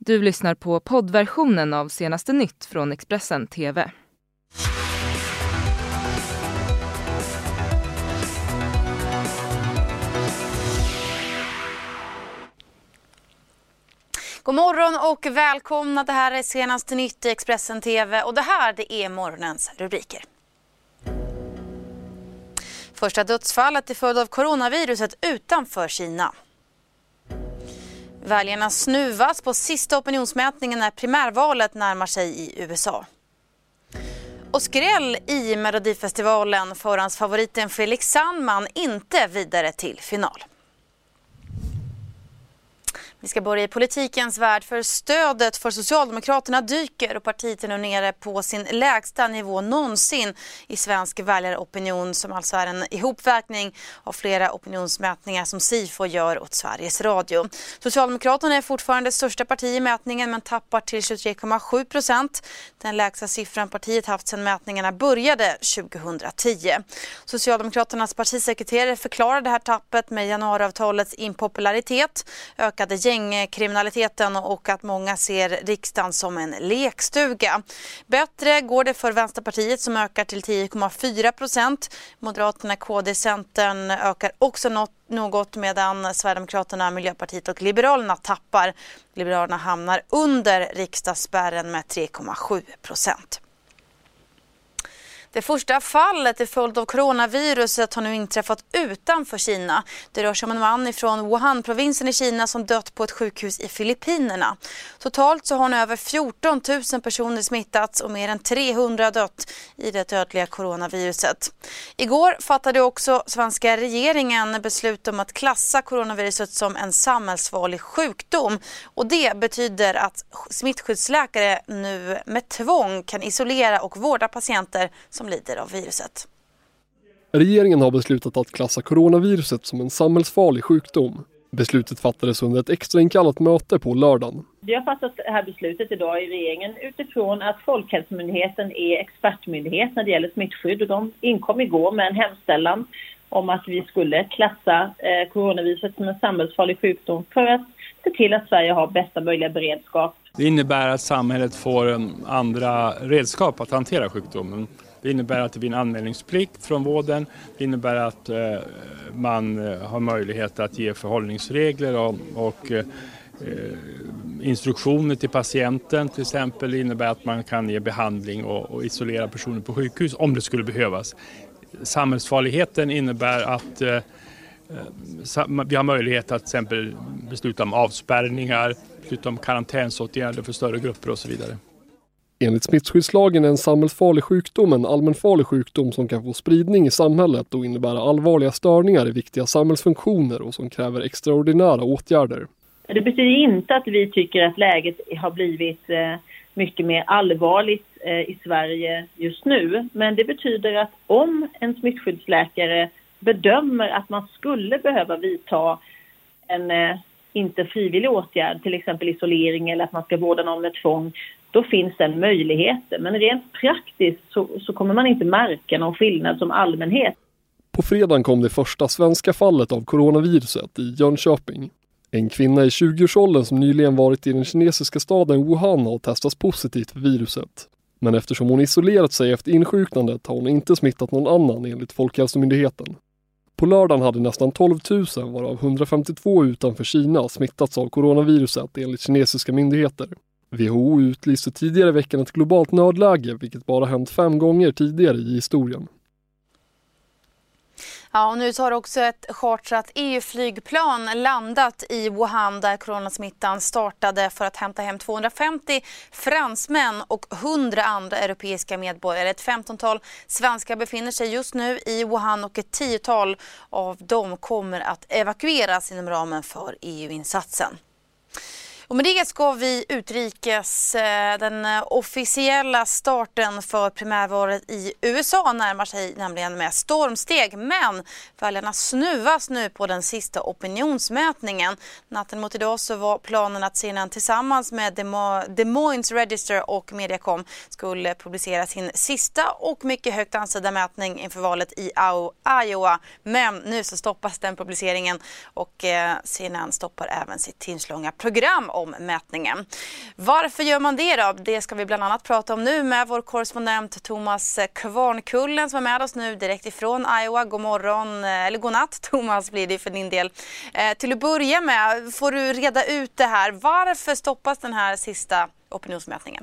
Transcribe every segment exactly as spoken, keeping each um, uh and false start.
Du lyssnar på poddversionen av Senaste Nytt från Expressen T V. God morgon och välkomna. Det här är Senaste Nytt i Expressen T V och det här det är morgonens rubriker. Första dödsfallet till följd av coronaviruset utanför Kina. Väljarna snuvas på sista opinionsmätningen när primärvalet närmar sig i U S A. Och skräll i Melodifestivalen, förhandsfavoriten Felix Sandman inte vidare till final. Vi ska börja i politikens värld, för stödet för Socialdemokraterna dyker och partiet är nu nere på sin lägsta nivå någonsin i svensk väljaropinion, som alltså är en ihopverkning av flera opinionsmätningar som Sifo gör åt Sveriges Radio. Socialdemokraterna är fortfarande största parti i mätningen men tappar till tjugotre komma sju procent. Den lägsta siffran partiet haft sedan mätningarna började tjugohundratio. Socialdemokraternas partisekreterare förklarar det här tappet med januariavtalets impopularitet, ökade gängkriminaliteten och att många ser riksdagen som en lekstuga. Bättre går det för Vänsterpartiet som ökar till tio komma fyra procent. Moderaterna, K D, Centern ökar också något, något medan Sverigedemokraterna, Miljöpartiet och Liberalerna tappar. Liberalerna hamnar under riksdagsspärren med tre komma sju procent. Det första fallet till följd av coronaviruset har nu inträffat utanför Kina. Det rör sig om en man från Wuhan-provinsen i Kina som dött på ett sjukhus i Filippinerna. Totalt så har nu över fjorton tusen personer smittats och mer än trehundra dött i det dödliga coronaviruset. Igår fattade också svenska regeringen beslut om att klassa coronaviruset som en samhällsfarlig sjukdom. Och det betyder att smittskyddsläkare nu med tvång kan isolera och vårda patienter som lider av viruset. Regeringen har beslutat att klassa coronaviruset som en samhällsfarlig sjukdom. Beslutet fattades under ett extrainkallat möte på lördagen. Vi har fattat det här beslutet idag i regeringen utifrån att Folkhälsomyndigheten är expertmyndighet när det gäller smittskydd. Och de inkom igår med en hemställan om att vi skulle klassa eh, coronaviruset som en samhällsfarlig sjukdom för att se till att Sverige har bästa möjliga beredskap. Det innebär att samhället får andra redskap att hantera sjukdomen. Det innebär att det blir en anmälningsplikt från vården. Det innebär att eh, man har möjlighet att ge förhållningsregler och, och eh, instruktioner till patienten. Till exempel innebär att man kan ge behandling och, och isolera personer på sjukhus om det skulle behövas. Samhällsfarligheten innebär att eh, vi har möjlighet att till exempel besluta om avspärrningar, besluta om karantänsåtgärder för större grupper och så vidare. Enligt smittskyddslagen är en samhällsfarlig sjukdom en allmänfarlig sjukdom som kan få spridning i samhället och innebära allvarliga störningar i viktiga samhällsfunktioner och som kräver extraordinära åtgärder. Det betyder inte att vi tycker att läget har blivit mycket mer allvarligt i Sverige just nu. Men det betyder att om en smittskyddsläkare bedömer att man skulle behöva vidta en inte frivillig åtgärd, till exempel isolering eller att man ska vårda någon med tvång, då finns den möjligheten. Men rent praktiskt så, så kommer man inte märka någon skillnad som allmänhet. På fredagen kom det första svenska fallet av coronaviruset i Jönköping. En kvinna i tjugoårsåldern som nyligen varit i den kinesiska staden Wuhan har testats positivt för viruset. Men eftersom hon isolerat sig efter insjuknandet har hon inte smittat någon annan enligt Folkhälsomyndigheten. På lördagen hade nästan tolv tusen, varav hundrafemtiotvå utanför Kina, smittats av coronaviruset enligt kinesiska myndigheter. W H O utlyste tidigare i veckan ett globalt nödläge, vilket bara hänt fem gånger tidigare i historien. Ja, och nu har också ett chartrat E U-flygplan landat i Wuhan där coronasmittan startade för att hämta hem tvåhundrafemtio fransmän och hundra andra europeiska medborgare. Ett femtontal svenskar befinner sig just nu i Wuhan och ett tiotal av dem kommer att evakueras inom ramen för E U-insatsen. Och med det ska vi utrikes. Den officiella starten för primärvalet i U S A närmar sig nämligen med stormsteg. Men väljarna snuvas nu på den sista opinionsmätningen. Natten mot idag så var planen att C N N tillsammans med Des Moines Register och Mediacom skulle publicera sin sista och mycket högt ansedda mätning inför valet i Iowa. Men nu så stoppas den publiceringen och C N N stoppar även sitt timslånga program om mätningen. Varför gör man det då? Det ska vi bland annat prata om nu med vår korrespondent Thomas Kvarnkullen som är med oss nu direkt ifrån Iowa. God morgon, eller god natt Thomas blir det för din del. Eh, till att börja med får du reda ut det här. Varför stoppas den här sista opinionsmätningen?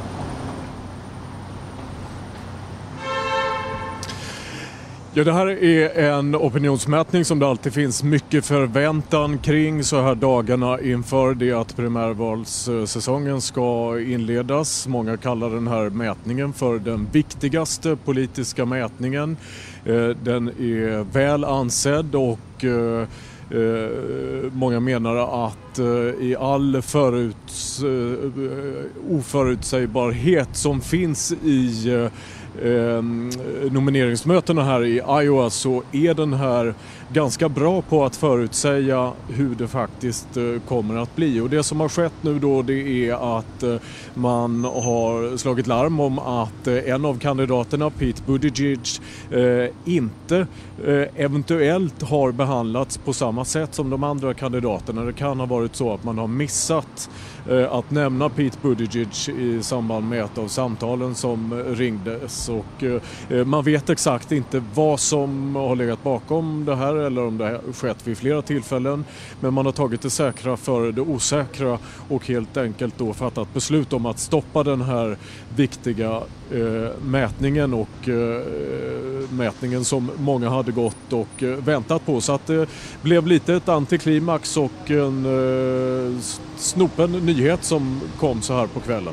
Ja, det här är en opinionsmätning som det alltid finns mycket förväntan kring så här dagarna inför det att primärvalssäsongen ska inledas. Många kallar den här mätningen för den viktigaste politiska mätningen. Den är väl ansedd och många menar att i all föruts, oförutsägbarhet som finns i Eh, nomineringsmötena här i Iowa så är den här ganska bra på att förutsäga hur det faktiskt eh, kommer att bli. Och det som har skett nu då det är att eh, man har slagit larm om att eh, en av kandidaterna, Pete Buttigieg, eh, inte eh, eventuellt har behandlats på samma sätt som de andra kandidaterna. Det kan ha varit så att man har missat eh, att nämna Pete Buttigieg i samband med ett av samtalen som ringdes. Och eh, man vet exakt inte vad som har legat bakom det här eller om det har skett vid flera tillfällen. Men man har tagit det säkra för det osäkra och helt enkelt då fattat beslut om att stoppa den här viktiga eh, mätningen och eh, mätningen som många hade gått och eh, väntat på. Så att det blev lite ett antiklimax och en eh, snopen nyhet som kom så här på kvällen.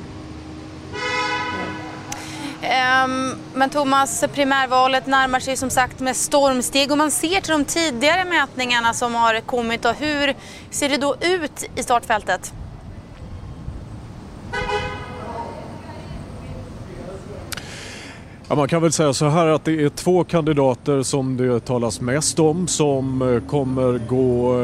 Men Thomas, primärvalet närmar sig som sagt med stormsteg och man ser till de tidigare mätningarna som har kommit och hur ser det då ut i startfältet? Ja, man kan väl säga så här att det är två kandidater som det talas mest om som kommer gå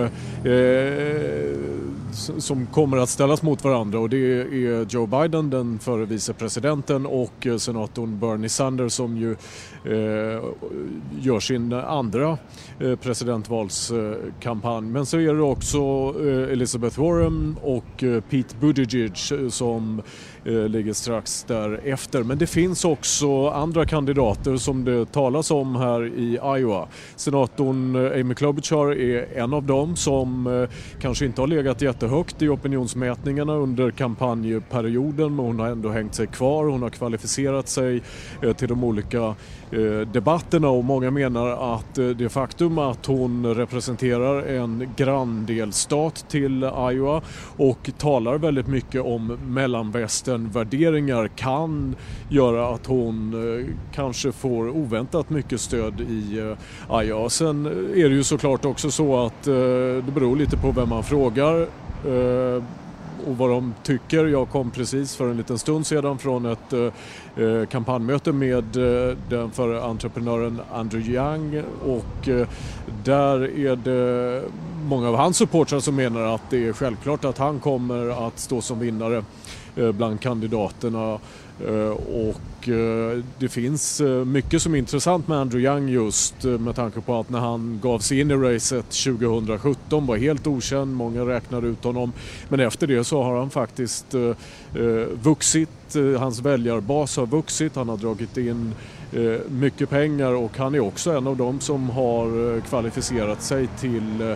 eh, som kommer att ställas mot varandra och det är Joe Biden, den förre vicepresidenten och senatorn Bernie Sanders som ju eh, gör sin andra eh, presidentvalskampanj. Men så är det också eh, Elizabeth Warren och eh, Pete Buttigieg som eh, ligger strax därefter. Men det finns också andra kandidater som det talas om här i Iowa. Senatorn Amy Klobuchar är en av dem som eh, kanske inte har legat jättehögt i opinionsmätningarna under kampanjperioden, men hon har ändå hängt sig kvar. Hon har kvalificerat sig eh, till de olika eh, debatterna och många menar att eh, det faktum att hon representerar en granndelstat till Iowa och talar väldigt mycket om mellanvästern-värderingar kan göra att hon eh, kanske får oväntat mycket stöd i eh, Iowa. Sen är det ju såklart också så att eh, det beror lite på vem man frågar Uh, och vad de tycker. Jag kom precis för en liten stund sedan från ett uh, kampanjmöte med uh, den förre entreprenören Andrew Yang och uh, där är det många av hans supportrar som menar att det är självklart att han kommer att stå som vinnare uh, bland kandidaterna. Uh, och uh, det finns uh, mycket som är intressant med Andrew Yang just uh, med tanke på att när han gav sig in i racet tjugohundrasjutton var helt okänd, många räknar ut honom, men efter det så har han faktiskt uh, uh, vuxit, uh, hans väljarbas har vuxit, han har dragit in uh, mycket pengar och han är också en av dem som har uh, kvalificerat sig till uh,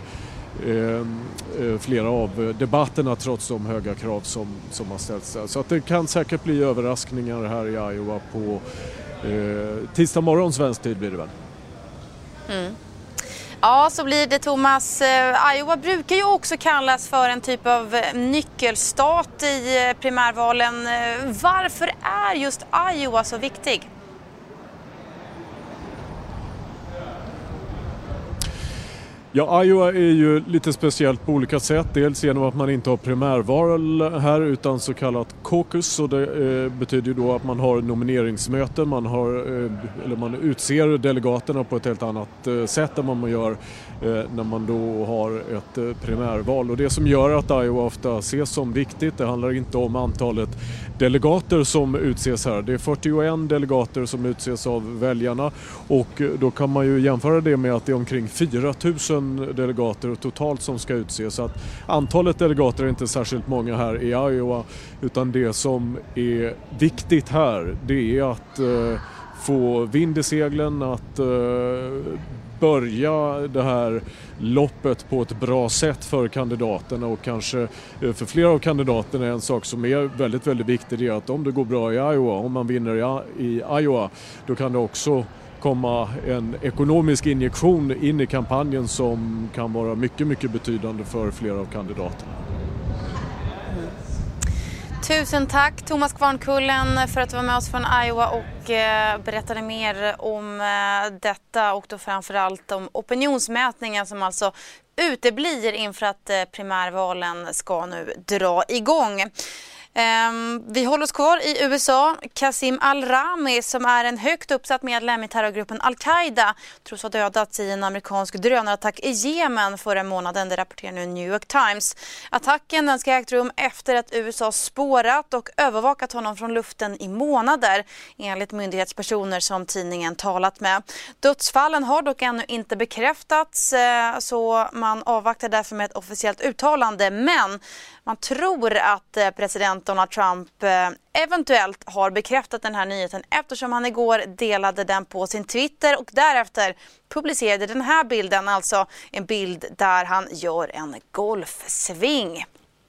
Eh, flera av debatterna trots de höga krav som, som har ställts där. Så att det kan säkert bli överraskningar här i Iowa på eh, tisdag morgon svensk tid blir det väl. Mm. Ja, så blir det Thomas. Iowa brukar ju också kallas för en typ av nyckelstat i primärvalen. Varför är just Iowa så viktig? Ja, Iowa är ju lite speciellt på olika sätt. Dels genom att man inte har primärval här utan så kallat caucus. Och det eh, betyder ju då att man har nomineringsmöten, man, har, eh, eller man utser delegaterna på ett helt annat eh, sätt än vad man gör när man då har ett primärval. Och det som gör att Iowa ofta ses som viktigt, det handlar inte om antalet delegater som utses här. Det är fyrtioen delegater som utses av väljarna, och då kan man ju jämföra det med att det är omkring fyra tusen delegater totalt som ska utses. Så att antalet delegater är inte särskilt många här i Iowa, utan det som är viktigt här, det är att eh, få vind i seglen, att eh, börja det här loppet på ett bra sätt för kandidaterna, och kanske för flera av kandidaterna är en sak som är väldigt, väldigt viktig, det är att om det går bra i Iowa, om man vinner i Iowa, då kan det också komma en ekonomisk injektion in i kampanjen som kan vara mycket, mycket betydande för flera av kandidaterna. Tusen tack Thomas Kvarnkullen för att du var med oss från Iowa och eh, berättade mer om eh, detta, och då framförallt om opinionsmätningen som alltså uteblir inför att eh, primärvalen ska nu dra igång. Um, vi håller oss kvar i U S A. Qasim al-Rami, som är en högt uppsatt medlem i terrorgruppen Al-Qaida, tros ha dödats i en amerikansk drönarattack i Jemen förra månaden. Det rapporterar nu New York Times. Attacken den ska ha ägt rum efter att U S A spårat och övervakat honom från luften i månader, enligt myndighetspersoner som tidningen talat med. Dödsfallen har dock ännu inte bekräftats, så man avvaktar därför med ett officiellt uttalande. Men man tror att president Donald Trump eventuellt har bekräftat den här nyheten, eftersom han igår delade den på sin Twitter och därefter publicerade den här bilden, alltså en bild där han gör en golfsving.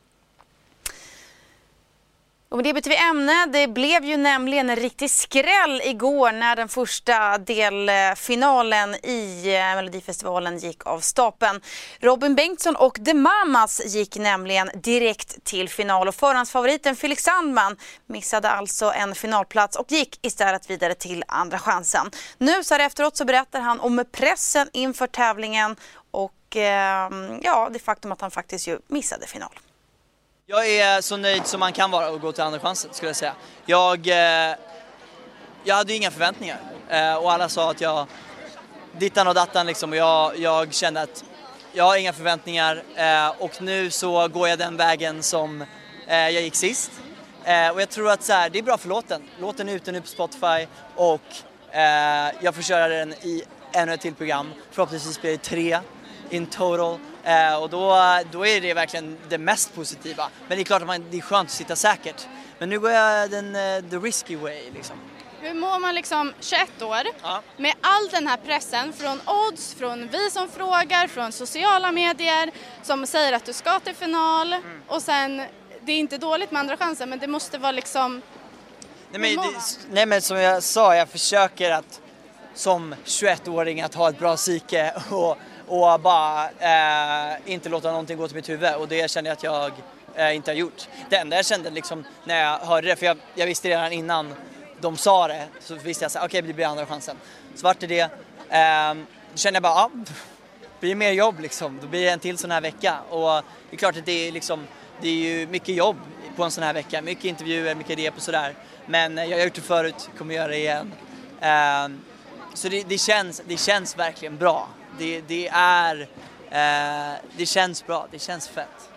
Och med det byter vi ämne. Det blev ju nämligen en riktig skräll igår när den första delfinalen i Melodifestivalen gick av stapeln. Robin Bengtsson och The Mamas gick nämligen direkt till final, och förhandsfavoriten Felix Sandman missade alltså en finalplats och gick istället vidare till andra chansen. Nu så här efteråt så berättar han om pressen inför tävlingen och eh, ja, det faktum att han faktiskt ju missade final. Jag är så nöjd som man kan vara och gå till andra chansen, skulle jag säga. Jag, eh, jag hade ju inga förväntningar eh, och alla sa att jag dittan och dattan liksom, och jag, jag kände att jag har inga förväntningar eh, och nu så går jag den vägen som eh, jag gick sist. Eh, och jag tror att så här, det är bra för låten. Låten är ute nu på Spotify och eh, jag får köra den i ännu ett till program. Förhoppningsvis blir det tre in total. Uh, och då, då är det verkligen det mest positiva. Men det är klart att man, det är skönt att sitta säkert. Men nu går jag den uh, the risky way liksom. Hur mår man liksom tjugoett år ja. med all den här pressen från odds, från vi som frågar, från sociala medier som säger att du ska till final mm. och sen, det är inte dåligt med andra chanser, men det måste vara liksom... Nej men, det, nej men som jag sa, jag försöker att som tjugoett-åring att ha ett bra psyke och och bara eh, inte låta någonting gå till mitt huvud, och det känner jag att jag eh, inte har gjort. Det enda jag kände liksom när jag hörde det, för jag, jag visste redan innan de sa det, så visste jag så okej, okay, det blir andra chansen. Så vart det det. Eh, då kände jag bara, ja, det blir mer jobb liksom. Då blir det en till sån här vecka, och det är klart att det är liksom, det är ju mycket jobb på en sån här vecka, mycket intervjuer, mycket rep och sådär. Men jag har gjort det förut, kommer göra det igen. Eh, så det, det, känns, det känns verkligen bra. Det, det är, eh, det känns bra, det känns fett.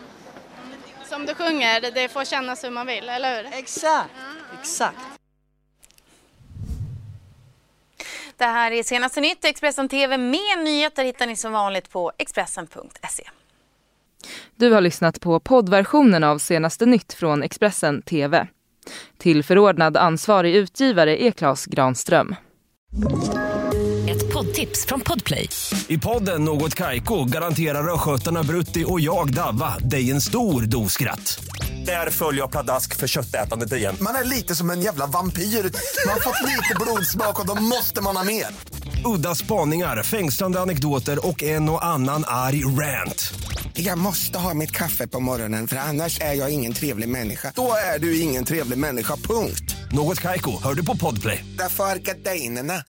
Som du sjunger, det får kännas hur man vill, eller hur? Exakt, exakt. Det här är senaste nytt, Expressen T V. Mer nyheter hittar ni som vanligt på expressen punkt se. Du har lyssnat på poddversionen av senaste nytt från Expressen T V. Tillförordnad ansvarig utgivare är Claes Granström. Ett poddtips från Podplay. I podden Något Kaiko garanterar röskötarna Brutti och jag Davva dig en stor doskratt. Där följer jag pladask för köttätandet igen. Man är lite som en jävla vampyr. Man har fått lite blodsmak och då måste man ha mer. Udda spaningar, fängslande anekdoter och en och annan arg rant. Jag måste ha mitt kaffe på morgonen, för annars är jag ingen trevlig människa. Då är du ingen trevlig människa, punkt. Något Kaiko, hör du på Podplay. Därför är gardinerna.